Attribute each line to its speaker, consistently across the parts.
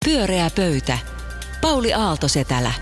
Speaker 1: Pyöreä pöytä. Pauli Aalto-Setälä.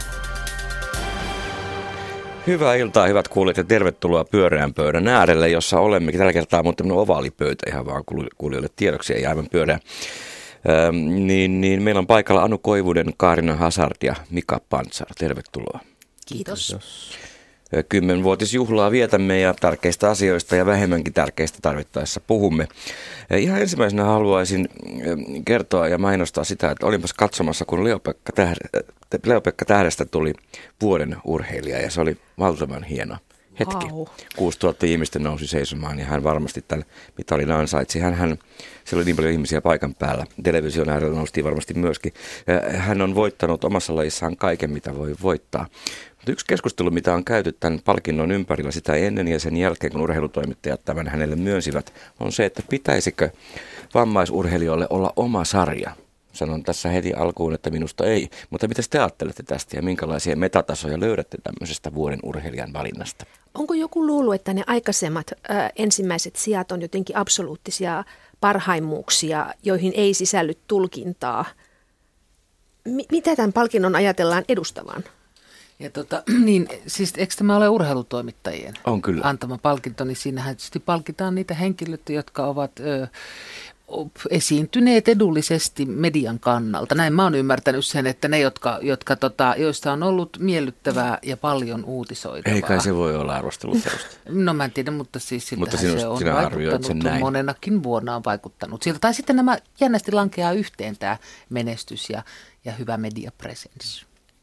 Speaker 2: Hyvää iltaa, hyvät kuulijat, ja tervetuloa pyöreän pöydän äärelle, jossa olemmekin tällä kertaa, mutta tämmöinen ovaalipöytä ihan vaan kuulijoille tiedoksi, ei aivan pyöreä. Niin meillä on paikalla Anu Koivunen, Kaarina Hazard ja Mika Pantsar. Tervetuloa.
Speaker 3: Kiitos.
Speaker 2: 10-vuotisjuhlaa vietämme ja tärkeistä asioista ja vähemmänkin tärkeistä tarvittaessa puhumme. Ihan ensimmäisenä haluaisin kertoa ja mainostaa sitä, että olinpas katsomassa, kun Leo-Pekka Tähdestä tuli vuoden urheilija ja se oli valtavan hieno hetki. Wow. 6000 ihmistä nousi seisomaan ja hän varmasti tämän mitalin ansaitsi. Siellä oli niin paljon ihmisiä paikan päällä. Television äärellä noustiin varmasti myöskin. Hän on voittanut omassa lajissaan kaiken, mitä voi voittaa. Mutta yksi keskustelu, mitä on käyty tämän palkinnon ympärillä sitä ennen ja sen jälkeen, kun urheilutoimittajat tämän hänelle myönsivät, on se, että pitäisikö vammaisurheilijoille olla oma sarja. Sanon tässä heti alkuun, että minusta ei. Mutta mitä te ajattelette tästä ja minkälaisia metatasoja löydätte tämmöisestä vuoden urheilijan valinnasta?
Speaker 3: Onko joku luullut, että ne aikaisemmat ensimmäiset sijat on jotenkin absoluuttisia parhaimmuuksia, joihin ei sisälly tulkintaa? Mitä tämän palkinnon ajatellaan edustavan?
Speaker 4: Ja siis eikö tämä ole urheilutoimittajien antama palkinto, niin siinähän tietysti palkitaan niitä henkilöitä, jotka ovat esiintyneet edullisesti median kannalta. Näin mä oon ymmärtänyt sen, että ne, joista on ollut miellyttävää ja paljon uutisoitavaa.
Speaker 2: Ei kai se voi olla arvosteluperuste.
Speaker 4: No mä en tiedä, mutta siis siltähän se on vaikuttanut. Monenakin vuonna on vaikuttanut siltä. Tai sitten nämä jännästi lankeaa yhteen tämä menestys ja hyvä mediapresenssi.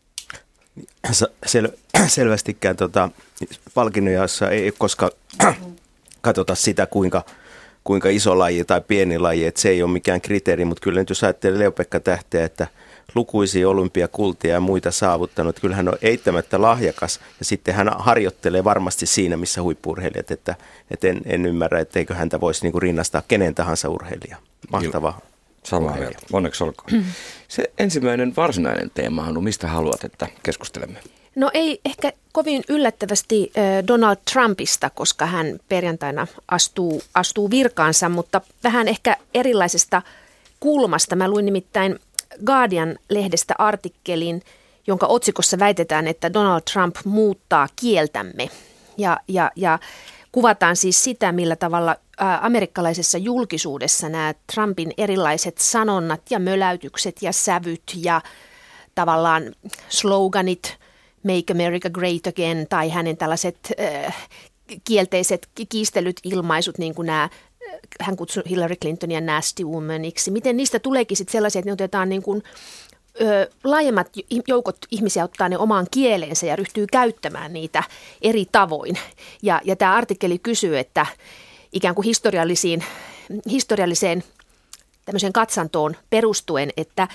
Speaker 5: Selvästikään palkinnojaissa ei koskaan katsota sitä, kuinka iso laji tai pieni laji, että se ei ole mikään kriteeri, mutta kyllä nyt jos ajattelee Leo-Pekka Tähteä, että lukuisia olympiakultia ja muita saavuttanut, kyllä hän on eittämättä lahjakas ja sitten hän harjoittelee varmasti siinä, missä huippu-urheilijat, että en ymmärrä, etteikö häntä voisi niinku rinnastaa kenen tahansa urheilijaa. Mahtavaa.
Speaker 2: Samaa mieltä. Onneksi olkoon. Se ensimmäinen varsinainen teema on, mistä haluat, että keskustelemme?
Speaker 3: No ei ehkä kovin yllättävästi Donald Trumpista, koska hän perjantaina astuu virkaansa, mutta vähän ehkä erilaisesta kulmasta. Mä luin nimittäin Guardian-lehdestä artikkelin, jonka otsikossa väitetään, että Donald Trump muuttaa kieltämme. Ja kuvataan siis sitä, millä tavalla amerikkalaisessa julkisuudessa nämä Trumpin erilaiset sanonnat ja möläytykset ja sävyt ja tavallaan sloganit, Make America Great Again, tai hänen tällaiset kielteiset kiistelyt, ilmaisut, niin kuin nämä, hän kutsui Hillary Clintonia nasty womaniksi. Miten niistä tuleekin sitten sellaisia, että ne otetaan niin kuin, laajemmat joukot ihmisiä ottaa ne omaan kieleensä ja ryhtyy käyttämään niitä eri tavoin. Ja tämä artikkeli kysyy, että ikään kuin historialliseen tämmöiseen katsantoon perustuen, että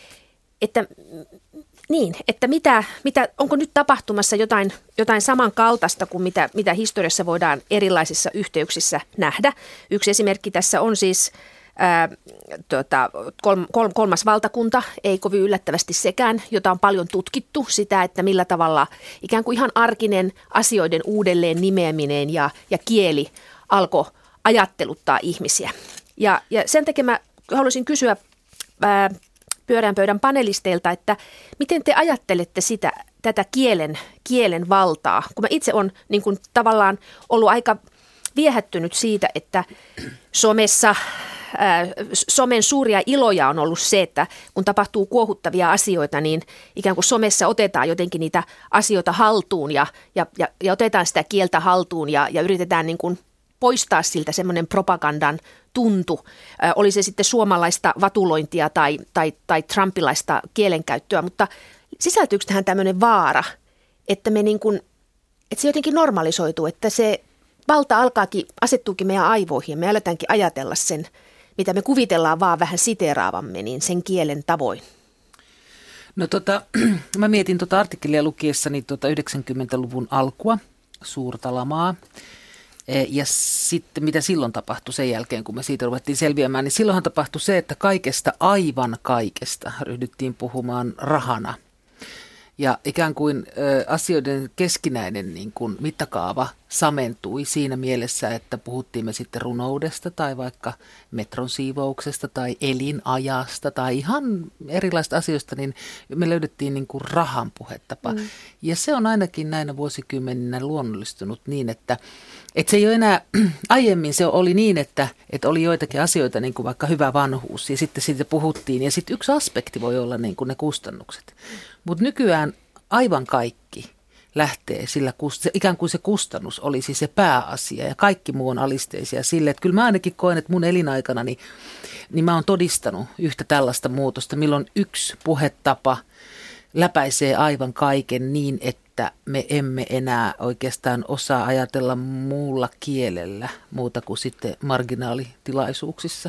Speaker 3: onko nyt tapahtumassa jotain samankaltaista kuin mitä historiassa voidaan erilaisissa yhteyksissä nähdä. Yksi esimerkki tässä on siis kolmas valtakunta, ei kovin yllättävästi sekään, jota on paljon tutkittu sitä, että millä tavalla ikään kuin ihan arkinen asioiden uudelleen nimeäminen ja kieli alkoi ajatteluttaa ihmisiä. Ja sen takia mä haluaisin kysyä pyöreän pöydän panelisteilta, että miten te ajattelette tätä kielen valtaa? Kun mä itse olen niin kuin tavallaan ollut aika viehättynyt siitä, että somen suuria iloja on ollut se, että kun tapahtuu kuohuttavia asioita, niin ikään kuin somessa otetaan jotenkin niitä asioita haltuun ja otetaan sitä kieltä haltuun ja yritetään niin kuin poistaa siltä semmoinen propagandan tuntu. Oli se sitten suomalaista vatulointia tai trumpilaista kielenkäyttöä, mutta sisältyykö tähän tämmöinen vaara, että että se jotenkin normalisoituu, että se valta asettuukin meidän aivoihin ja me aletaankin ajatella sen, mitä me kuvitellaan vaan vähän siteeraavamme, niin sen kielen tavoin.
Speaker 4: No mä mietin artikkelia lukiessani 90-luvun alkua, suurta lamaa. Ja sitten mitä silloin tapahtui sen jälkeen, kun me siitä ruvettiin selviämään, niin silloinhan tapahtui se, että aivan kaikesta ryhdyttiin puhumaan rahana. Ja ikään kuin asioiden keskinäinen niin kuin mittakaava samentui siinä mielessä, että puhuttiin me sitten runoudesta tai vaikka metron siivouksesta tai elinajasta tai ihan erilaisista asioista, niin me löydettiin niin kuin rahan puhetapa. Ja se on ainakin näinä vuosikymmeninä luonnollistunut niin, että se ei ole enää, aiemmin se oli niin, että oli joitakin asioita niin kuin vaikka hyvä vanhuus ja sitten siitä puhuttiin ja sitten yksi aspekti voi olla niin kuin ne kustannukset. Mutta nykyään aivan kaikki lähtee sillä, ikään kuin se kustannus olisi se pääasia ja kaikki muu on alisteisia sille. Että kyllä mä ainakin koen, että mun elinaikana niin mä oon todistanut yhtä tällaista muutosta, milloin yksi puhetapa läpäisee aivan kaiken niin, että me emme enää oikeastaan osaa ajatella muulla kielellä muuta kuin sitten marginaalitilaisuuksissa.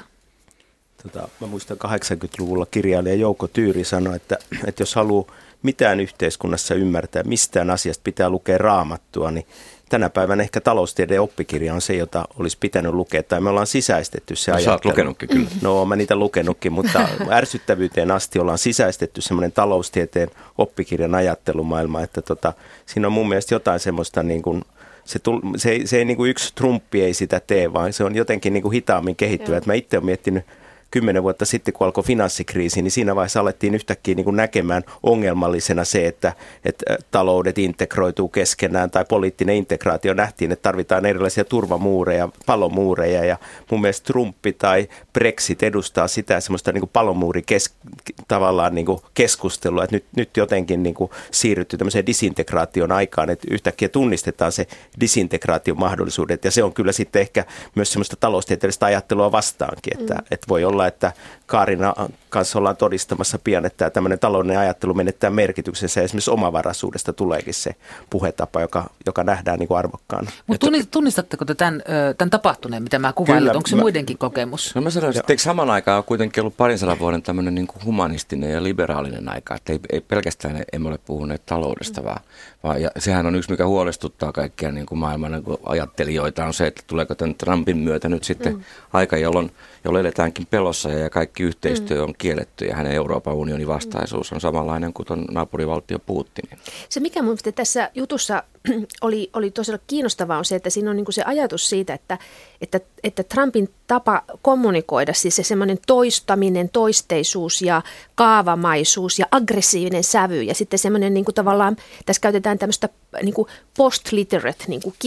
Speaker 5: Mä muistan 80-luvulla kirjailija Jouko Tyyri sanoi, että jos haluaa mitään yhteiskunnassa ymmärtää, mistään asiasta pitää lukea Raamattua, niin tänä päivänä ehkä taloustieteen oppikirja on se, jota olisi pitänyt lukea, tai me ollaan sisäistetty se ajattelu.
Speaker 2: Sä oot lukenutkin kyllä.
Speaker 5: No, mä niitä lukenutkin, mutta ärsyttävyyteen asti ollaan sisäistetty semmoinen taloustieteen oppikirjan ajattelumaailma, että siinä on mun mielestä jotain semmoista niin kuin, se ei niin kuin yksi Trumpi ei sitä tee, vaan se on jotenkin niin kuin hitaammin kehittyvä. Mä itse olen miettinyt 10 vuotta sitten, kun alkoi finanssikriisi, niin siinä vaiheessa alettiin yhtäkkiä niin kuin näkemään ongelmallisena se, että taloudet integroituu keskenään tai poliittinen integraatio. Nähtiin, että tarvitaan erilaisia turvamuureja, palomuureja ja mun mielestä Trumpi tai Brexit edustaa sitä semmoista niin kuin tavallaan niin kuin keskustelua, että nyt jotenkin niin kuin siirrytty tämmöiseen disintegraation aikaan, että yhtäkkiä tunnistetaan se disintegraation mahdollisuudet ja se on kyllä sitten ehkä myös semmoista taloustieteellistä ajattelua vastaankin, että voi olla, että Kaarina kanssa ollaan todistamassa pian, että tämmöinen taloudellinen ajattelu menettää merkityksensä ja esimerkiksi omavaraisuudesta tuleekin se puhetapa, joka nähdään niin kuin arvokkaana.
Speaker 4: Mutta tunnistatteko te tämän tapahtuneen, mitä mä kuvailin? Onko se muidenkin kokemus?
Speaker 2: No mä sanoisin, että saman aikaan on kuitenkin ollut 200 vuoden tämmöinen niin kuin humanistinen ja liberaalinen aika, että ei pelkästään emme ole puhuneet taloudesta, vaan ja sehän on yksi, mikä huolestuttaa kaikkia niin kuin maailman niin kuin ajattelijoita, on se, että tuleeko tämän Trumpin myötä nyt sitten aika, jolloin eletäänkin pelossa ja kaikki yhteistyö on kielletty ja hänen Euroopan unionin vastaisuus on samanlainen kuin tuon naapurivaltio Putinin.
Speaker 3: Se mikä mun mielestä tässä jutussa oli tosiaan kiinnostavaa on se, että siinä on niin kuin se ajatus siitä, että Trumpin tapa kommunikoida, siis se semmoinen toistaminen, toisteisuus ja kaavamaisuus ja aggressiivinen sävy ja sitten semmoinen niin kuin tavallaan, tässä käytetään tämmöistä niin kuin post-literate, niin kuin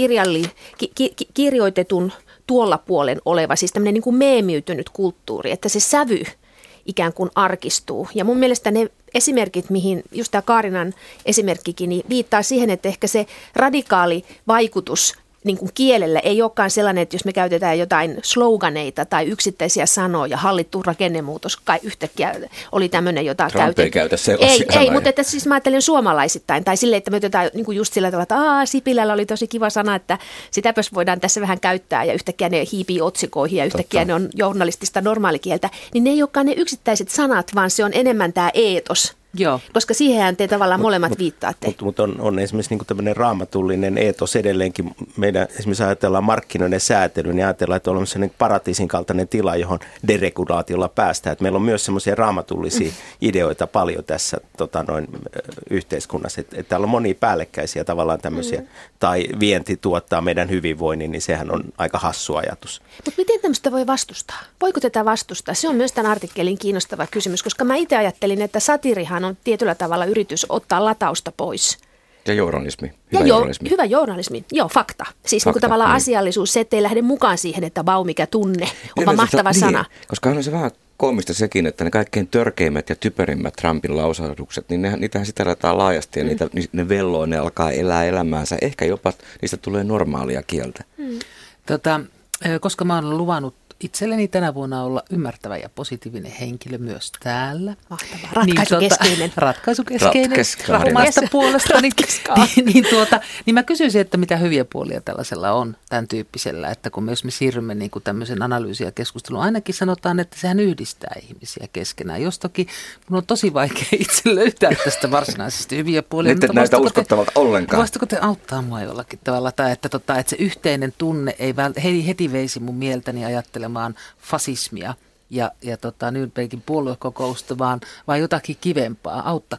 Speaker 3: kirjoitetun tuolla puolen oleva, siis tämmöinen niin kuin meemiytynyt kulttuuri, että se sävy ikään kuin arkistuu. Ja mun mielestä ne esimerkit, mihin just tämä Kaarinan esimerkkikin, niin viittaa siihen, että ehkä se radikaali vaikutus niin kuin kielellä ei olekaan sellainen, että jos me käytetään jotain sloganeita tai yksittäisiä sanoja, hallittu rakennemuutos, kai yhtäkkiä oli tämmöinen, jota
Speaker 2: Trump ei käytä sellaisia sanoja.
Speaker 3: Ei, mutta että siis mä ajattelen suomalaisittain, tai silleen, että me otetaan niin kuin just sillä tavalla, että Sipilällä oli tosi kiva sana, että sitäpäs voidaan tässä vähän käyttää, ja yhtäkkiä ne hiipii otsikoihin, ja yhtäkkiä ne on journalistista normaalikieltä, niin ne ei olekaan ne yksittäiset sanat, vaan se on enemmän tämä eetos. Joo. Koska siihenhän te tavallaan molemmat viittaatte.
Speaker 5: Mutta on esimerkiksi niin tämmöinen raamatullinen eetos edelleenkin. Meidän esimerkiksi ajatellaan markkinoiden säätelyä, niin ajatellaan, että on olemassa paratiisin kaltainen tila, johon deregulaatiolla päästään. Että meillä on myös semmoisia raamatullisia ideoita paljon tässä yhteiskunnassa. Että täällä on monia päällekkäisiä tavallaan tämmöisiä. Tai vienti tuottaa meidän hyvinvoinnin, niin sehän on aika hassu ajatus.
Speaker 3: Mutta miten tämmöistä voi vastustaa? Voiko tätä vastustaa? Se on myös tämän artikkelin kiinnostava kysymys, koska mä itse ajattelin, että satirihan on tietyllä tavalla yritys ottaa latausta pois.
Speaker 2: Ja journalismi.
Speaker 3: Hyvä journalismi. Joo, fakta. Siis fakta, niin kuin tavallaan asiallisuus, se ettei lähde mukaan siihen, että vau, mikä tunne, onpa mahtava sana.
Speaker 2: Koska on se vähän koomista sekin, että ne kaikkein törkeimmät ja typerimmät Trumpin lausahdukset, niin niitähän siteerataan laajasti ja ne velloo, ne alkaa elää elämäänsä. Ehkä jopa niistä tulee normaalia kieltä.
Speaker 4: Koska mä oon luvannut itselleni tänä vuonna olla ymmärtävä ja positiivinen henkilö myös täällä.
Speaker 3: Mahtavaa. Ratkaisukeskeinen.
Speaker 4: Ratkaisukeskeinen. Omasta puolestani. Niin mä kysyisin, että mitä hyviä puolia tällaisella on tämän tyyppisellä, että kun me siirrymme niin kuin tämmöisen analyysin ja keskusteluun, ainakin sanotaan, että sehän yhdistää ihmisiä keskenään. Jostakin mun on tosi vaikea itse löytää tästä varsinaisesti hyviä puolia.
Speaker 2: Nyt et näytä uskottavalta ollenkaan.
Speaker 4: Voisitko te auttaa mua jollakin tavalla? Tai että se yhteinen tunne ei heti veisi mun mieltäni ajattelemaan fasismia ja Nürnbergin puoluekokousta, vaan jotakin kivempaa. Auttakaa.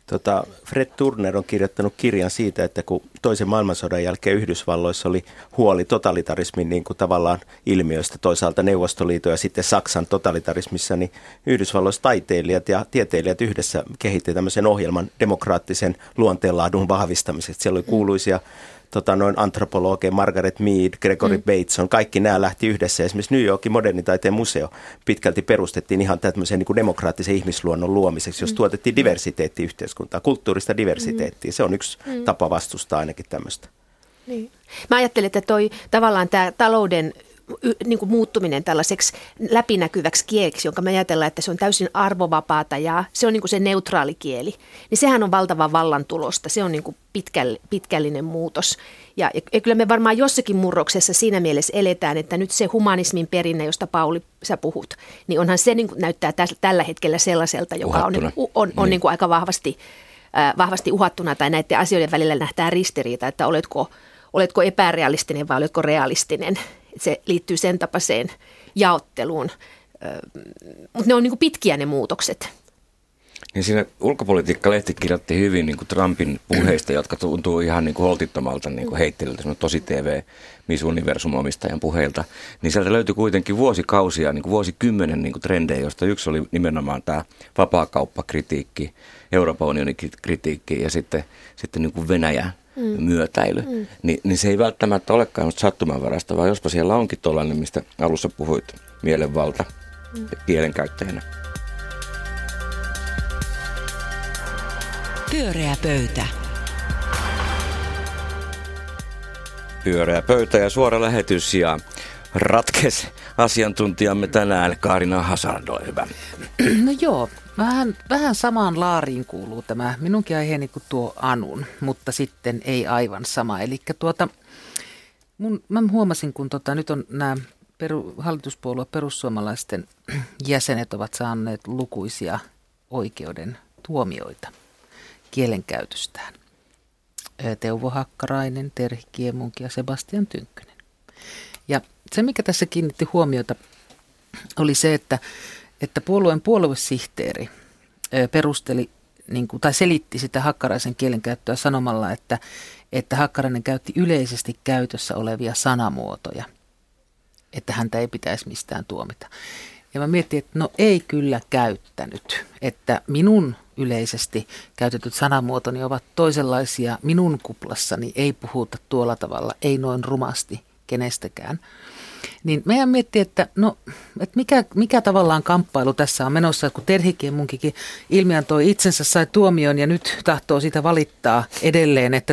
Speaker 5: Fred Turner on kirjoittanut kirjan siitä, että kun toisen maailmansodan jälkeen Yhdysvalloissa oli huoli totalitarismin niin kuin tavallaan ilmiöistä, toisaalta Neuvostoliiton ja sitten Saksan totalitarismissa, niin Yhdysvalloissa taiteilijat ja tieteilijät yhdessä kehitti tämmöisen ohjelman demokraattisen luonteenlaadun vahvistamiseksi. Siellä oli kuuluisia antropologeja, Margaret Mead, Gregory Bateson, kaikki nämä lähti yhdessä. Esimerkiksi New Yorkin modernitaiteen museo pitkälti perustettiin ihan tämmöisen niin kuin demokraattisen ihmisluonnon luomiseksi, jos tuotettiin diversiteettiä yhteiskuntaa, kulttuurista diversiteettiä. Se on yksi tapa vastustaa ainakin tämmöistä.
Speaker 3: Niin. Mä ajattelin, että tavallaan tämä talouden niin kuin muuttuminen tällaiseksi läpinäkyväksi kieleksi, jonka me ajatellaan, että se on täysin arvovapaata ja se on niin kuin se neutraali kieli, niin sehän on valtava vallantulosta. Se on niin kuin pitkällinen muutos. Ja kyllä me varmaan jossakin murroksessa siinä mielessä eletään, että nyt se humanismin perinne, josta Pauli sä puhut, niin onhan se niin kuin näyttää tällä hetkellä sellaiselta, joka on niin kuin aika vahvasti uhattuna tai näiden asioiden välillä nähdään ristiriita, että oletko epärealistinen vai oletko realistinen. Se liittyy sen tapaiseen jaotteluun, mutta ne on niin kuin pitkiä ne muutokset.
Speaker 2: Niin siinä Ulkopolitiikka-lehti kirjoitti hyvin niin kuin Trumpin puheista, jotka tuntuu ihan niin kuin holtittomalta niin kuin heittelyltä, tosi TV Miss Universum-omistajan puheilta. Niin sieltä löytyi kuitenkin vuosikausia, niin kuin vuosikymmenen niin kuin trendejä, joista yksi oli nimenomaan tämä vapaakauppakritiikki, Euroopan unionin kritiikki ja sitten niin kuin Venäjä myötäily, niin se ei välttämättä olekaan sattumanvarasta, vaan jospa siellä onkin tuollainen, mistä alussa puhuit, mielenvalta kielenkäyttäjänä.
Speaker 1: Pyöreä pöytä.
Speaker 2: Pyöreä pöytä ja suora lähetys ja ratkes asiantuntijamme tänään Kaarina Hazard, ole hyvä.
Speaker 4: No joo, vähän samaan laariin kuuluu tämä minunkin aiheeni kuin tuo Anun, mutta sitten ei aivan sama. Eli mä huomasin, kun nyt on nämä hallituspuolue perussuomalaisten jäsenet ovat saaneet lukuisia oikeuden tuomioita kielenkäytöstään. Teuvo Hakkarainen, Terhi Kiemunki ja Sebastian Tynkkynen. Ja se, mikä tässä kiinnitti huomiota, oli se, että puolueen puoluesihteeri perusteli tai selitti sitä Hakkaraisen kielenkäyttöä sanomalla, että Hakkarainen käytti yleisesti käytössä olevia sanamuotoja, että häntä ei pitäisi mistään tuomita. Ja mä mietin, että no ei kyllä käyttänyt, että minun yleisesti käytetyt sanamuotoni ovat toisenlaisia, minun kuplassani ei puhuta tuolla tavalla, ei noin rumasti kenestäkään. Niin meidän miettii, että mikä tavallaan kamppailu tässä on menossa, kun Terhikin munkin ilmiantoi itsensä, sai tuomion ja nyt tahtoo sitä valittaa edelleen, että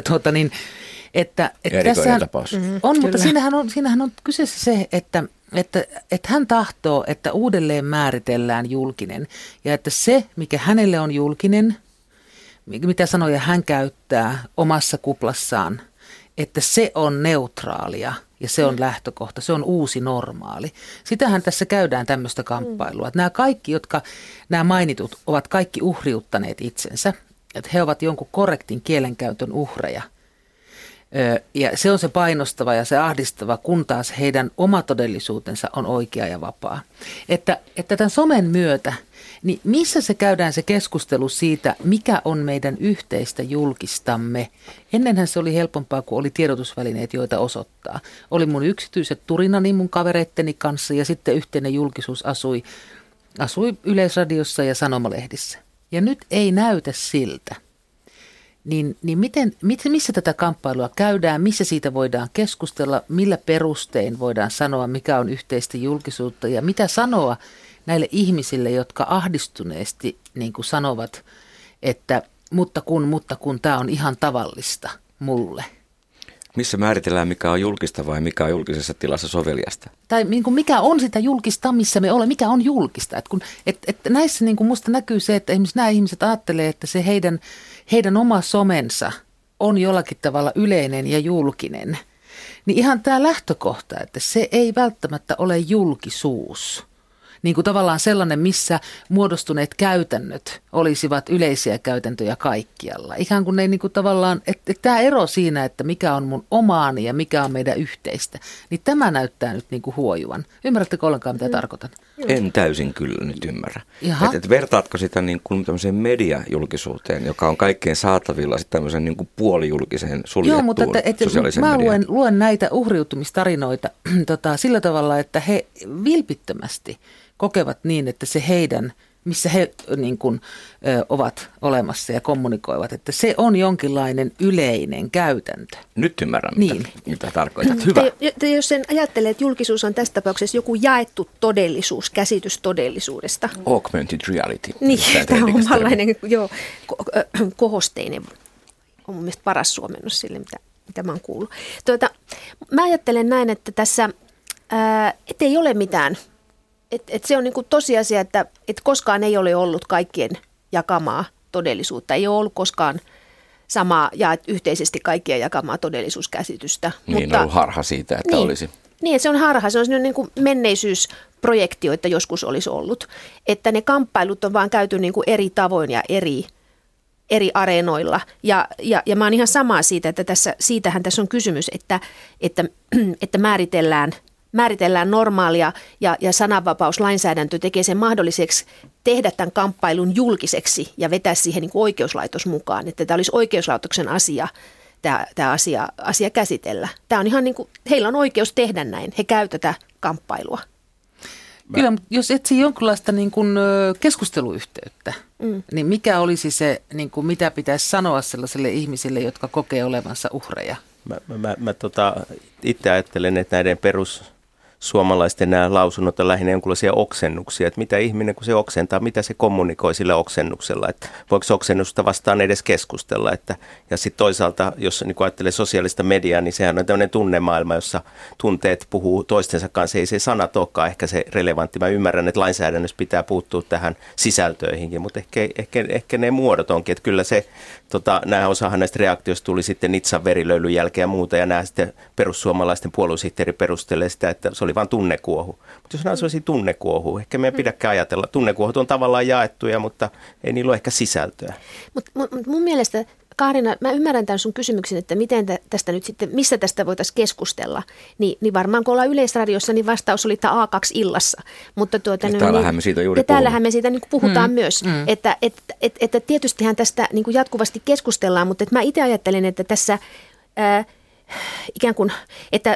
Speaker 4: tässä on, mutta siinähän on kyseessä se, että hän tahtoo, että uudelleen määritellään julkinen ja että se, mikä hänelle on julkinen, mitä sanoja hän käyttää omassa kuplassaan, että se on neutraalia ja se on lähtökohta, se on uusi normaali. Sitähän tässä käydään tämmöistä kamppailua. Että nämä kaikki, nämä mainitut, ovat kaikki uhriuttaneet itsensä, että he ovat jonkun korrektin kielenkäytön uhreja. Ja se on se painostava ja se ahdistava, kun taas heidän oma todellisuutensa on oikea ja vapaa. Että tämän somen myötä, niin missä se käydään se keskustelu siitä, mikä on meidän yhteistä julkistamme? Ennenhän se oli helpompaa, kun oli tiedotusvälineet, joita osoittaa. Oli mun yksityiset turinani mun kavereitteni kanssa ja sitten yhteinen julkisuus asui Yleisradiossa ja sanomalehdissä. Ja nyt ei näytä siltä. Niin missä tätä kamppailua käydään, missä siitä voidaan keskustella, millä perustein voidaan sanoa, mikä on yhteistä julkisuutta ja mitä sanoa näille ihmisille, jotka ahdistuneesti niin kuin sanovat, että mutta kun tämä on ihan tavallista mulle.
Speaker 2: Missä määritellään, mikä on julkista vai mikä on julkisessa tilassa soveliasta?
Speaker 4: Tai niin kuin mikä on sitä julkista, missä me olemme, mikä on julkista. Että näissä niin kuin musta näkyy se, että nämä ihmiset ajattelee, että se heidän oma somensa on jollakin tavalla yleinen ja julkinen. Niin ihan tämä lähtökohta, että se ei välttämättä ole julkisuus. niin kuin tavallaan sellainen, missä muodostuneet käytännöt olisivat yleisiä käytäntöjä kaikkialla. Ikään kuin ne niin kuin tavallaan, että tämä ero siinä, että mikä on mun omaani ja mikä on meidän yhteistä, niin tämä näyttää nyt niin kuin huojuvan. Ymmärrättekö ollenkaan, mitä tarkoitan?
Speaker 2: En täysin kyllä nyt ymmärrä.
Speaker 4: Et
Speaker 2: vertaatko sitä niin kuin tämmöiseen mediajulkisuuteen, joka on kaikkien saatavilla sitten tämmöisen niin kuin puolijulkiseen suljettuun
Speaker 4: Joo, mutta
Speaker 2: sosiaalisen
Speaker 4: mä
Speaker 2: median?
Speaker 4: luen näitä uhriutumistarinoita sillä tavalla, että he vilpittömästi kokevat niin, että se heidän, missä he niin kuin, ovat olemassa ja kommunikoivat, että se on jonkinlainen yleinen käytäntö.
Speaker 2: Nyt ymmärrän,
Speaker 4: Niin.
Speaker 2: mitä tarkoitat. Hyvä.
Speaker 3: Jos sen ajattelee, että julkisuus on tässä tapauksessa joku jaettu todellisuus, käsitys todellisuudesta.
Speaker 2: Augmented reality.
Speaker 3: Niin, tämä on omanlainen kohosteinen, on mun mielestä paras suomennos sille, mitä mä oon kuullut. Mä ajattelen näin, että tässä ei ole mitään. Et se on niin kuin tosiasia, että koskaan ei ole ollut kaikkien jakamaa todellisuutta. Ei ole ollut koskaan samaa ja yhteisesti kaikkien jakamaa todellisuuskäsitystä.
Speaker 2: Niin, on ollut harha siitä, että olisi.
Speaker 3: Niin, se on harha. Se on niin kuin menneisyysprojekti, että joskus olisi ollut. Että ne kamppailut on vaan käyty niin kuin eri tavoin ja eri areenoilla. Ja mä oon ihan samaa siitä, että siitähän tässä on kysymys, että määritellään normaalia ja sananvapauslainsäädäntö tekee sen mahdolliseksi tehdä tämän kamppailun julkiseksi ja vetää siihen niin kuin oikeuslaitos mukaan. Että tämä olisi oikeuslaitoksen asia, tämä asia käsitellä. Tämä on ihan niin kuin, heillä on oikeus tehdä näin. He käyvät tätä kamppailua.
Speaker 4: Kyllä, mutta jos etsii jonkinlaista niin kuin keskusteluyhteyttä, niin mikä olisi se, niin kuin mitä pitäisi sanoa sellaisille ihmisille, jotka kokee olevansa uhreja?
Speaker 5: Mä itse ajattelen, että näiden perussuomalaisten nämä lausunnot on lähinnä jonkinlaisia oksennuksia, että mitä ihminen, kun se oksentaa, mitä se kommunikoi sillä oksennuksella, että voiko oksennusta vastaan edes keskustella, ja sitten toisaalta, jos niin ajattelee sosiaalista mediaa, niin sehän on tämmöinen tunnemaailma, jossa tunteet puhuu toistensa kanssa, ei se sanat olekaan ehkä se relevantti. Mä ymmärrän, että lainsäädännössä pitää puuttua tähän sisältöihinkin, mutta ehkä ne muodot onkin, että kyllä se, nämä osahan näistä reaktioista tuli sitten Nitsan verilöylyn jälkeen ja muuta, ja nämä sitten perussuomalaisten puoluesihteeri perustelee sitä, että se oli vain tunnekuohu. Mutta jos nämä olisi tunnekuohu, ehkä meidän pidäkään ajatella. Tunnekuohut on tavallaan jaettuja, mutta ei niillä ole ehkä sisältöä.
Speaker 3: Mutta mun mielestä, Kaarina, mä ymmärrän tämän sun kysymyksen, että miten tästä nyt sitten, missä tästä voitaisiin keskustella. Niin varmaan kun ollaan Yleisradiossa, niin vastaus oli tämä A2 illassa. Mutta
Speaker 2: täällähän me siitä juuri
Speaker 3: ja täällähän me siitä niin puhutaan myös. Että tietystihän tästä niin kuin jatkuvasti keskustellaan, mutta että mä itse ajattelen, että tässä ikään kuin, että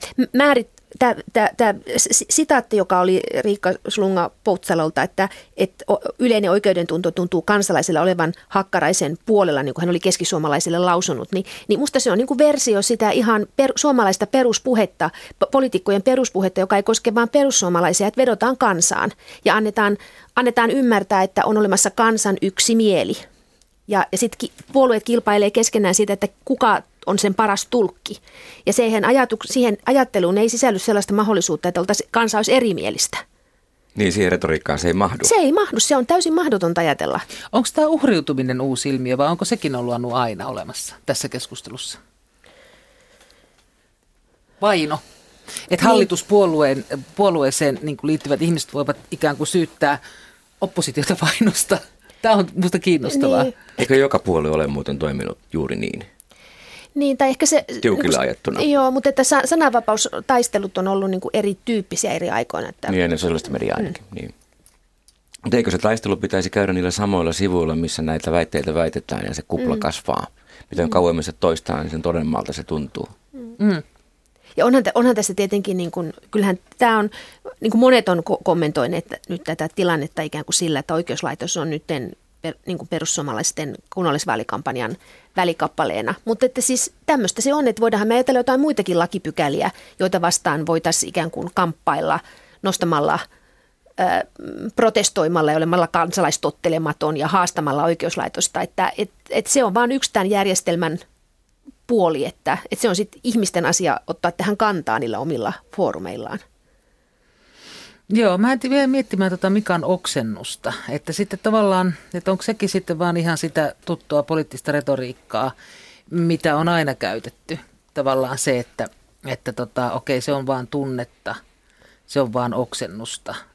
Speaker 3: tämä sitaatti, joka oli Riikka Slunga-Poutsalolta, että yleinen oikeudentunto tuntuu kansalaisilla olevan Hakkaraisen puolella, niin kuin hän oli keskisuomalaisille lausunut, niin musta se on niin kuin versio sitä ihan suomalaista peruspuhetta, poliitikkojen peruspuhetta, joka ei koske vain perussuomalaisia, että vedotaan kansaan ja annetaan ymmärtää, että on olemassa kansan yksi mieli. Ja sitten puolueet kilpailee keskenään siitä, että kuka on sen paras tulkki. Ja siihen ajatteluun ei sisälly sellaista mahdollisuutta, että kansa olisi erimielistä.
Speaker 2: Niin, siihen retoriikkaan se ei mahdu.
Speaker 3: Se ei mahdu, se on täysin mahdotonta ajatella.
Speaker 4: Onko tämä uhriutuminen uusi ilmiö vai onko sekin ollut aina olemassa tässä keskustelussa? Vaino. Että hallituspuolueeseen niin kuin liittyvät ihmiset voivat ikään kuin syyttää oppositiota vainosta. Tämä on minusta kiinnostavaa.
Speaker 3: Niin.
Speaker 2: Eikö joka puolue ole muuten toiminut juuri niin?
Speaker 3: Niin, tai ehkä se
Speaker 2: tiukilla ajettuna.
Speaker 3: Joo, mutta että sananvapaustaistelut on ollut niin kuin erityyppisiä eri aikoina. Että
Speaker 2: niin, ennen sosiaalista mediaa ainakin. Niin. Mutta eikö se taistelu pitäisi käydä niillä samoilla sivuilla, missä näitä väitteitä väitetään ja se kupla kasvaa? Miten kauemmin se toistaa, niin sen todenmaalta se tuntuu.
Speaker 3: Ja onhan tässä tietenkin, niin kuin, kyllähän tämä on, niin kuin monet on kommentoineet nyt tätä tilannetta ikään kuin sillä, että oikeuslaitos on nyt niin kuin perussuomalaisten kunnallisvaalikampanjan välikappaleena. Mutta että siis tämmöistä se on, että voidaanhan me ajatella jotain muitakin lakipykäliä, joita vastaan voitaisiin ikään kuin kamppailla nostamalla, protestoimalla ja olemalla kansalaistottelematon ja haastamalla oikeuslaitosta. Että se on vain yksi tämän järjestelmän puoli, että se on sitten ihmisten asia ottaa tähän kantaa niillä omilla foorumeillaan.
Speaker 4: Joo, mä vielä miettimään mikä on oksennusta, että sitten tavallaan, että onko sekin sitten vaan ihan sitä tuttua poliittista retoriikkaa, mitä on aina käytetty. Tavallaan se, että okei, se on vaan tunnetta, se on vaan oksennusta,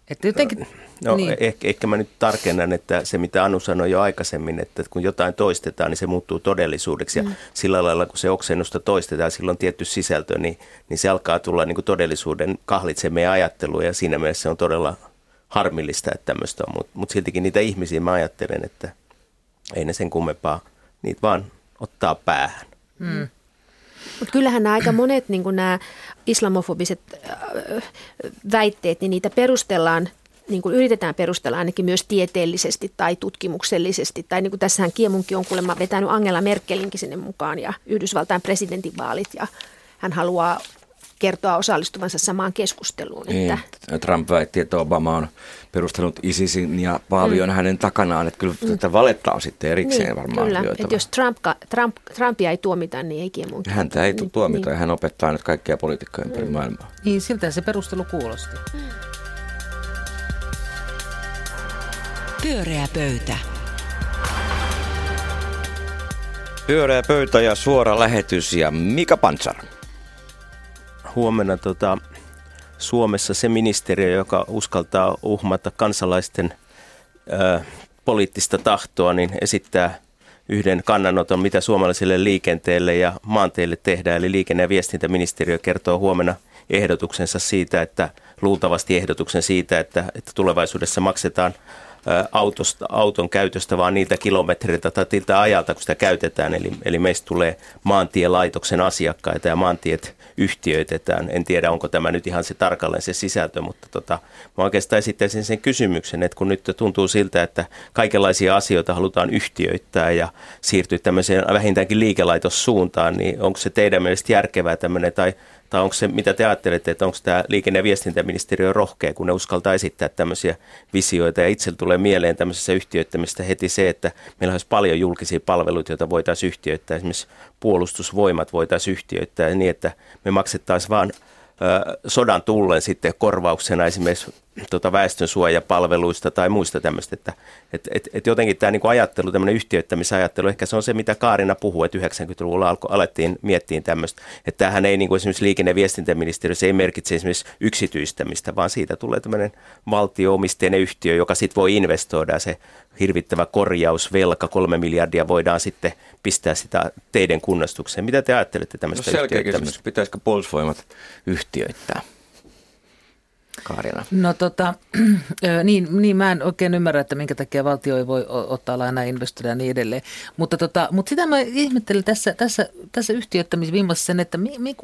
Speaker 4: Että jotenkin,
Speaker 5: No
Speaker 4: niin.
Speaker 5: ehkä mä nyt tarkennan, että se mitä Anu sanoi jo aikaisemmin, että kun jotain toistetaan, niin se muuttuu todellisuudeksi. Ja sillä lailla, kun se oksennusta toistetaan, silloin tietty sisältö, niin se alkaa tulla niin kuin todellisuuden kahlitse meidän ajattelua. Ja siinä mielessä se on todella harmillista, että tämmöistä on. Mutta siltikin niitä ihmisiä mä ajattelen, että ei ne sen kummempaa, niitä vaan ottaa päähän.
Speaker 3: Mutta kyllähän nämä aika monet niin nämä islamofobiset väitteet, niin niitä perustellaan, niin kuin yritetään perustella ainakin myös tieteellisesti tai tutkimuksellisesti. Tai niin kuin tässähän Kiemunki on kuulemma vetänyt Angela Merkelinkin sinne mukaan ja Yhdysvaltain presidentinvaalit ja hän haluaa kertoa osallistuvansa samaan keskusteluun.
Speaker 2: Niin, Trump väitti, että Obama on perustanut ISISin ja Paavi on hänen takanaan, että kyllä tätä valetta on sitten erikseen
Speaker 3: niin,
Speaker 2: varmaan
Speaker 3: kyllä,
Speaker 2: arvioitava.
Speaker 3: että jos Trumpia ei tuomita, niin ei Kiemunki.
Speaker 2: Häntä ei tule tuomita ja hän opettaa nyt kaikkia poliitikkoja ympäri maailmaa.
Speaker 4: Niin, siltä se perustelu kuulosti.
Speaker 1: Pyöreä pöytä.
Speaker 2: Pyöreä pöytä ja suora lähetys ja Mika Pantsar.
Speaker 5: Huomenna Suomessa se ministeriö, joka uskaltaa uhmata kansalaisten poliittista tahtoa, niin esittää yhden kannanoton, mitä suomalaiselle liikenteelle ja maanteille tehdään. Eli liikenne- ja viestintäministeriö kertoo huomenna luultavasti ehdotuksen siitä, että tulevaisuudessa maksetaan auton käytöstä vaan niiltä kilometreiltä tai siltä ajalta, kun sitä käytetään. Eli meistä tulee maantielaitoksen asiakkaita ja maantiet yhtiöitetään. En tiedä, onko tämä nyt ihan se tarkalleen se sisältö, mutta mä oikeastaan esittäisin sen kysymyksen, että kun nyt tuntuu siltä, että kaikenlaisia asioita halutaan yhtiöittää ja siirtyä tämmöiseen vähintäänkin liikelaitossuuntaan, niin onko se teidän mielestä järkevää tämmöinen tai onko se, mitä te ajattelette, että onko tämä liikenne- ja viestintäministeriö rohkea, kun ne uskaltaa esittää tämmöisiä visioita. Ja itsellä tulee mieleen tämmöisessä yhtiöittämistä heti se, että meillä olisi paljon julkisia palveluita, joita voitaisiin yhtiöittää. Esimerkiksi puolustusvoimat voitaisiin yhtiöittää niin, että me maksettaisiin vaan sodan tullen sitten korvauksena esimerkiksi väestönsuojapalveluista tai muista tämmöistä, että jotenkin tämä niin kuin ajattelu, tämmöinen yhtiöittämisajattelu, ehkä se on se, mitä Kaarina puhuu, että 90-luvulla alettiin miettiä tämmöistä, että tämähän ei niin kuin esimerkiksi liikenne- ja viestintäministeriössä ei merkitse esimerkiksi yksityistämistä, vaan siitä tulee tämmöinen valtio-omisteinen yhtiö, joka sitten voi investoida se hirvittävä korjausvelka, 3 miljardia voidaan sitten pistää sitä teidän kunnostukseen. Mitä te ajattelette tämmöistä
Speaker 2: selkeä kysymys, pitäisikö Puolustusvoimat yhtiöittää? Kaarina.
Speaker 4: No niin mä en oikein ymmärrä, että minkä takia valtio ei voi ottaa lainaa, investoida ja niin edelleen. Mutta sitä mä ihmettelen tässä yhtiöittämisvimmassa sen, että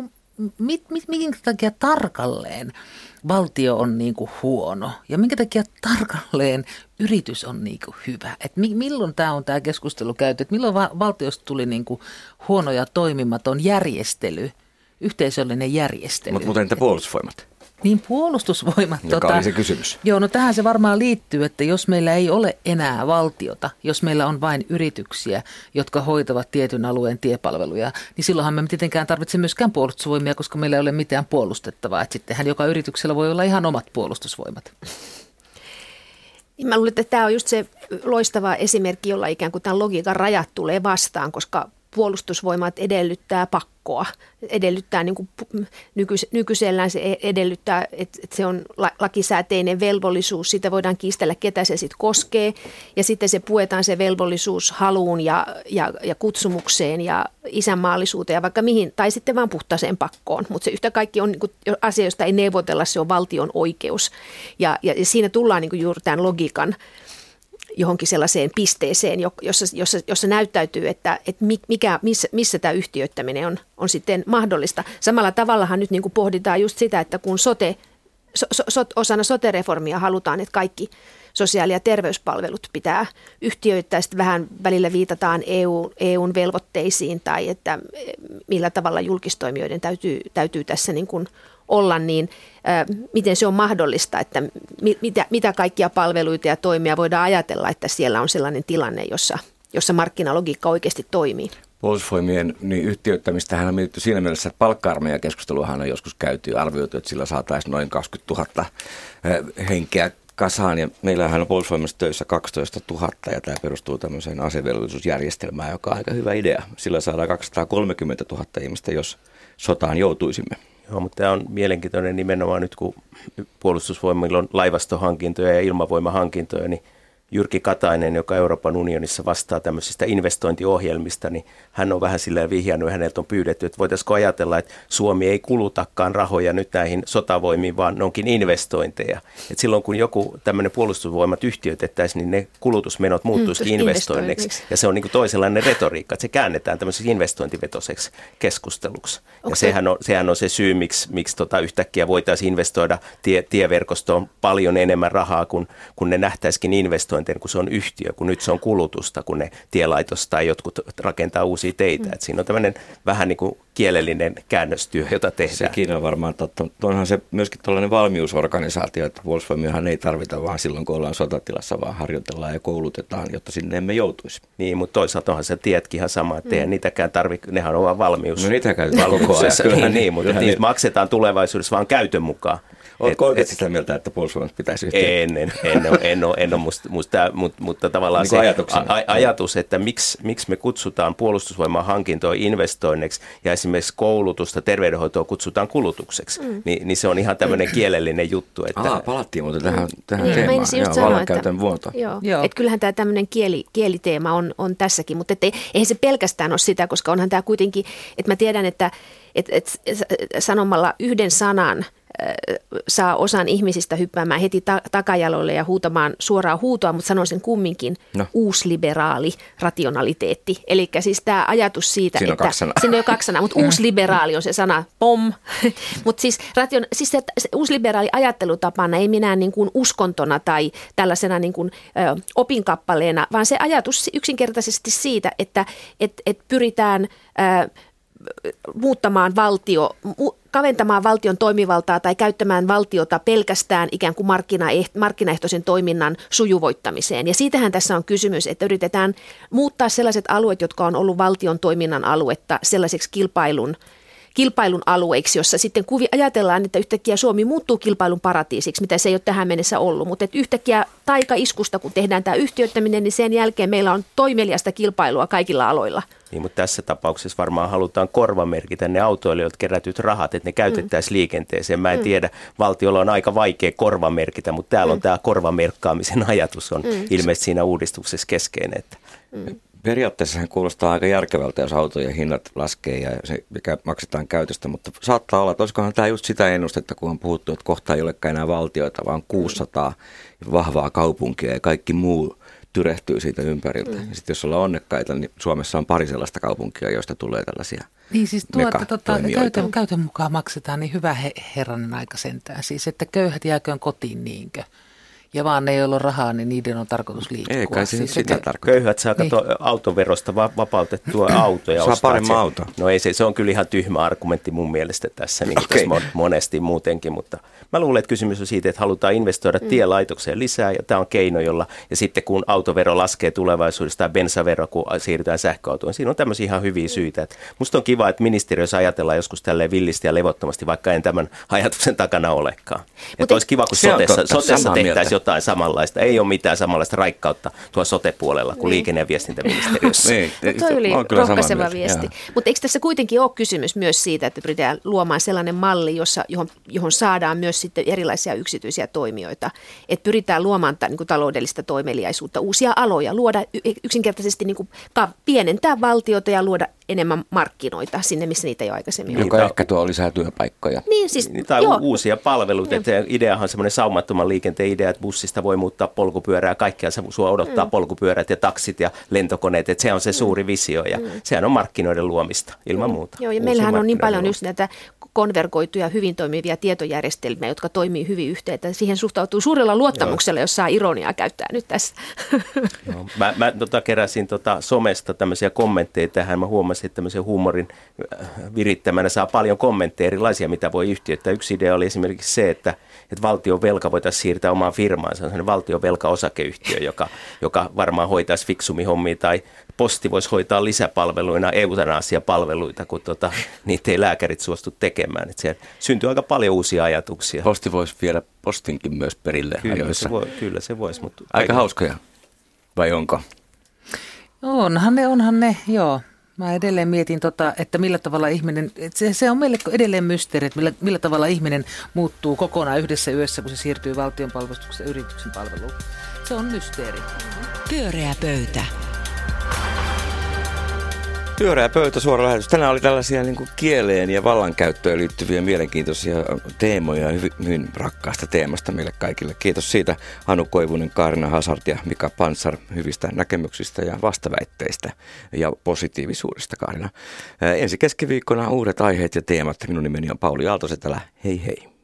Speaker 4: minkä takia tarkalleen valtio on niin kuin huono ja minkä takia tarkalleen yritys on niin kuin hyvä. Et milloin tämä keskustelu käyty, että milloin valtiosta tuli niin kuin huono ja toimimaton järjestely, yhteisöllinen järjestely.
Speaker 2: Mutta entä Puolustusvoimat?
Speaker 4: Niin Puolustusvoimat.
Speaker 2: Joka oli se kysymys.
Speaker 4: Joo, no tähän se varmaan liittyy, että jos meillä ei ole enää valtiota, jos meillä on vain yrityksiä, jotka hoitavat tietyn alueen tiepalveluja, niin silloinhan me tietenkään tarvitse myöskään puolustusvoimia, koska meillä ei ole mitään puolustettavaa. Että sittenhän joka yrityksellä voi olla ihan omat puolustusvoimat.
Speaker 3: Mä luulen, että tämä on just se loistava esimerkki, jolla ikään kuin tämän logiikan rajat tulee vastaan, koska puolustusvoimat edellyttää pakkoa, edellyttää niin kuin nykyisellään se edellyttää, että se on lakisääteinen velvollisuus, siitä voidaan kiistellä, ketä se sitten koskee ja sitten se puetaan se velvollisuus haluun ja kutsumukseen ja isänmaallisuuteen ja vaikka mihin, tai sitten vaan puhtaaseen pakkoon, mutta se yhtä kaikki on niin kuin asia, josta ei neuvotella, se on valtion oikeus ja siinä tullaan niin kuin juuri tämän logiikan johonkin sellaiseen pisteeseen, jossa näyttäytyy, että missä tämä yhtiöittäminen on sitten mahdollista. Samalla tavallahan nyt niin kuin pohditaan just sitä, että kun osana sote-reformia halutaan, että kaikki sosiaali- ja terveyspalvelut pitää yhtiöittää, sitten vähän välillä viitataan EUn velvoitteisiin tai että millä tavalla julkistoimijoiden täytyy tässä niin kuin olla, niin miten se on mahdollista, että mitä kaikkia palveluita ja toimia voidaan ajatella, että siellä on sellainen tilanne, jossa markkinalogiikka oikeasti toimii.
Speaker 2: Puolustusvoimien yhtiöittämistähän on mietitty siinä mielessä, että palkka-armeijan keskusteluahan on joskus käyty ja arvioitu, että sillä saataisiin noin 20 000 henkeä kasaan. Ja meillähän on Puolustusvoimassa töissä 12 000 ja tämä perustuu tämmöiseen asevelvollisuusjärjestelmään, joka on aika hyvä idea. Sillä saadaan 230 000 ihmistä, jos sotaan joutuisimme.
Speaker 5: Joo, mutta tämä on mielenkiintoinen nimenomaan nyt, kun puolustusvoimilla on laivastohankintoja ja ilmavoimahankintoja, niin Jyrki Katainen, joka Euroopan unionissa vastaa tämmöisistä investointiohjelmista, niin hän on vähän silleen vihjannut, häneltä on pyydetty, että voitaisiinko ajatella, että Suomi ei kulutakaan rahoja nyt näihin sotavoimiin, vaan ne onkin investointeja. Et silloin kun joku tämmöinen puolustusvoimat yhtiöitettäisiin, niin ne kulutusmenot muuttuisikin investoinneiksi. Ja se on niin kuin toisenlainen retoriikka, että se käännetään tämmöiseksi investointivetoiseksi keskusteluksi. Ja sehän on se syy, miksi yhtäkkiä voitaisiin investoida tieverkostoon paljon enemmän rahaa, kun ne nähtäisikin investointeja, kun se on yhtiö, kun nyt se on kulutusta, kun ne tielaitos tai jotkut rakentaa uusia teitä. Et siinä on tämmöinen vähän niin kuin kielellinen käännöstyö, jota tehdään.
Speaker 2: Sekin on varmaan totta. Onhan se myöskin tällainen valmiusorganisaatio, että puolustusvoimiahan ei tarvita vaan silloin, kun ollaan sotatilassa, vaan harjoitellaan ja koulutetaan, jotta sinne emme joutuisi.
Speaker 5: Niin, mutta toisaalta onhan se tiedätkin ihan sama, että eihän niitäkään tarvitse, nehän on vaan valmius.
Speaker 2: No niitä käytetään koko ajan.
Speaker 5: Niin, mutta niitä maksetaan tulevaisuudessa vaan käytön mukaan.
Speaker 2: Oletko oikeasti sitä mieltä, että puolustusvoimat pitäisi yhtiötä?
Speaker 5: En ole mutta tavallaan niin se ajatus, että miksi me kutsutaan puolustusvoiman hankintoa investoinneiksi ja esimerkiksi koulutusta, terveydenhoitoa kutsutaan kulutukseksi, niin se on ihan tämmöinen kielellinen juttu. Että
Speaker 2: palattiin muuten tähän teemaan, vallankäytön vuoto.
Speaker 3: Joo. Että kyllähän tämä tämmöinen kieliteema on tässäkin, mutta eihän se pelkästään ole sitä, koska onhan tämä kuitenkin, että mä tiedän, että sanomalla yhden sanan saa osan ihmisistä hyppäämään heti takajaloille ja huutamaan suoraa huutoa, mutta sanoisin kumminkin uusliberaali rationaliteetti. Eli siis tämä ajatus siitä,
Speaker 2: siinä
Speaker 3: on jo 2 sanaa, mutta uusliberaali on se sana pom. Mutta siis se uusliberaali ajattelutapana ei minään niin kuin uskontona tai tällaisena niin kuin opinkappaleena, vaan se ajatus yksinkertaisesti siitä, että pyritään kaventamaan valtion toimivaltaa tai käyttämään valtiota pelkästään ikään kuin markkinaehtoisen toiminnan sujuvoittamiseen. Ja siitähän tässä on kysymys, että yritetään muuttaa sellaiset alueet, jotka on ollut valtion toiminnan aluetta sellaiseksi kilpailun alueiksi, jossa sitten ajatellaan, että yhtäkkiä Suomi muuttuu kilpailun paratiisiksi, mitä se ei ole tähän mennessä ollut. Mutta yhtäkkiä taikaiskusta, kun tehdään tämä yhtiöittäminen, niin sen jälkeen meillä on toimeliasta kilpailua kaikilla aloilla.
Speaker 5: Niin, mutta tässä tapauksessa varmaan halutaan korvamerkitä ne autoilijoilta kerätyt rahat, että ne käytettäisiin liikenteeseen. Mä en tiedä, valtiolla on aika vaikea korvamerkitä, mutta täällä on tämä korvamerkkaamisen ajatus on ilmeisesti siinä uudistuksessa keskeinen. Että.
Speaker 2: Periaatteessa kuulostaa aika järkevältä, jos autojen hinnat laskee ja se, mikä maksetaan käytöstä, mutta saattaa olla, että olisikohan tämä just sitä ennustetta, kun on puhuttu, että kohta ei olekaan enää valtioita, vaan 600 vahvaa kaupunkia ja kaikki muu tyrehtyy siitä ympäriltä. Ja sitten jos ollaan onnekkaita, niin Suomessa on pari sellaista kaupunkia, joista tulee tällaisia
Speaker 4: niin siis käytön mukaan maksetaan, niin hyvä herranen aika sentään. Siis että köyhät jääköön kotiin niinkö. Ja vaan ne, joilla on rahaa, niin niiden on tarkoitus liikkua.
Speaker 2: Ei kai siis sitä tarkoittaa.
Speaker 5: Köyhät saa autoverosta vapautettua autoja.
Speaker 2: Saa paremman auto.
Speaker 5: No ei se on kyllä ihan tyhmä argumentti mun mielestä tässä, niin kuin tässä monesti muutenkin. Mutta mä luulen, että kysymys on siitä, että halutaan investoida tielaitokseen lisää. Ja tämä on keino, jolla, ja sitten kun autovero laskee tulevaisuudessa tai bensavero, kun siirrytään sähköautoon, siinä on tämmöisiä ihan hyviä syitä. Että musta on kiva, että ministeriössä ajatellaan joskus tälleen villisti ja levottomasti, vaikka en tämän ajatuksen takana olekaan. Että olisi kiva, kun sotessa tehtäisiin jotain samanlaista. Ei ole mitään samanlaista raikkautta tuolla sote-puolella kuin liikenne- ja viestintäministeriössä.
Speaker 3: Tuo oli rohkaiseva viesti. Mutta eikö tässä kuitenkin ole kysymys myös siitä, että pyritään luomaan sellainen malli, johon saadaan myös sitten erilaisia yksityisiä toimijoita. Että pyritään luomaan niin kuin taloudellista toimeliaisuutta, uusia aloja, luoda yksinkertaisesti niin kuin pienentää valtiota ja luoda enemmän markkinoita sinne, missä niitä ei ole aikaisemmin.
Speaker 2: Joka ehkä tuo lisää työpaikkoja.
Speaker 3: Niin, siis,
Speaker 5: tai uusia palveluita. Ideahan on semmoinen saumattoman liikenteen idea, että bussista voi muuttaa polkupyörää. Kaikkea sua odottaa polkupyörät ja taksit ja lentokoneet. Että se on se suuri visio ja sehän on markkinoiden luomista ilman muuta.
Speaker 3: Joo, ja meillähän on niin paljon just näitä konvergoituja, hyvin toimivia tietojärjestelmiä, jotka toimii hyvin yhteen. Että siihen suhtautuu suurella luottamuksella, jos saa ironiaa käyttää nyt tässä.
Speaker 5: Joo. Mä keräsin somesta tämmöisiä kommentteja tähän. Mä huomasin, että tämmöisen huumorin virittämänä saa paljon kommentteja erilaisia, mitä voi yhtiöittää. Yksi idea oli esimerkiksi se, että valtion velka voitaisiin siirtää omaan firmaan. Se on sellainen valtion velka-osakeyhtiö, joka varmaan hoitaisi fiksummin hommia, tai posti voisi hoitaa lisäpalveluina eutanasiapalveluita, kun niitä ei lääkärit suostu tekemään. Että siellä syntyy aika paljon uusia ajatuksia.
Speaker 2: Posti voisi viedä postinkin myös perille ajoissa.
Speaker 5: Kyllä se voisi. Mutta
Speaker 2: aika hauskoja, vai onko?
Speaker 4: Onhan ne, joo. Mä edelleen mietin, että millä tavalla ihminen, se on meille edelleen mysteeri, että millä tavalla ihminen muuttuu kokonaan yhdessä yössä, kun se siirtyy valtion palveluksesta yrityksen palveluun. Se on mysteeri.
Speaker 1: Pyöreä pöytä.
Speaker 2: Pyöreä pöytä, suora lähetys. Tänään oli tällaisia niin kuin kieleen ja vallankäyttöön liittyviä mielenkiintoisia teemoja hyvin rakkaasta teemasta meille kaikille. Kiitos siitä Hanu Koivunen, Kaarina Hazard ja Mika Pantsar hyvistä näkemyksistä ja vastaväitteistä ja positiivisuudesta, Kaarina. Ensi keskiviikkona uudet aiheet ja teemat. Minun nimeni on Pauli Aalto-Setälä. Hei hei.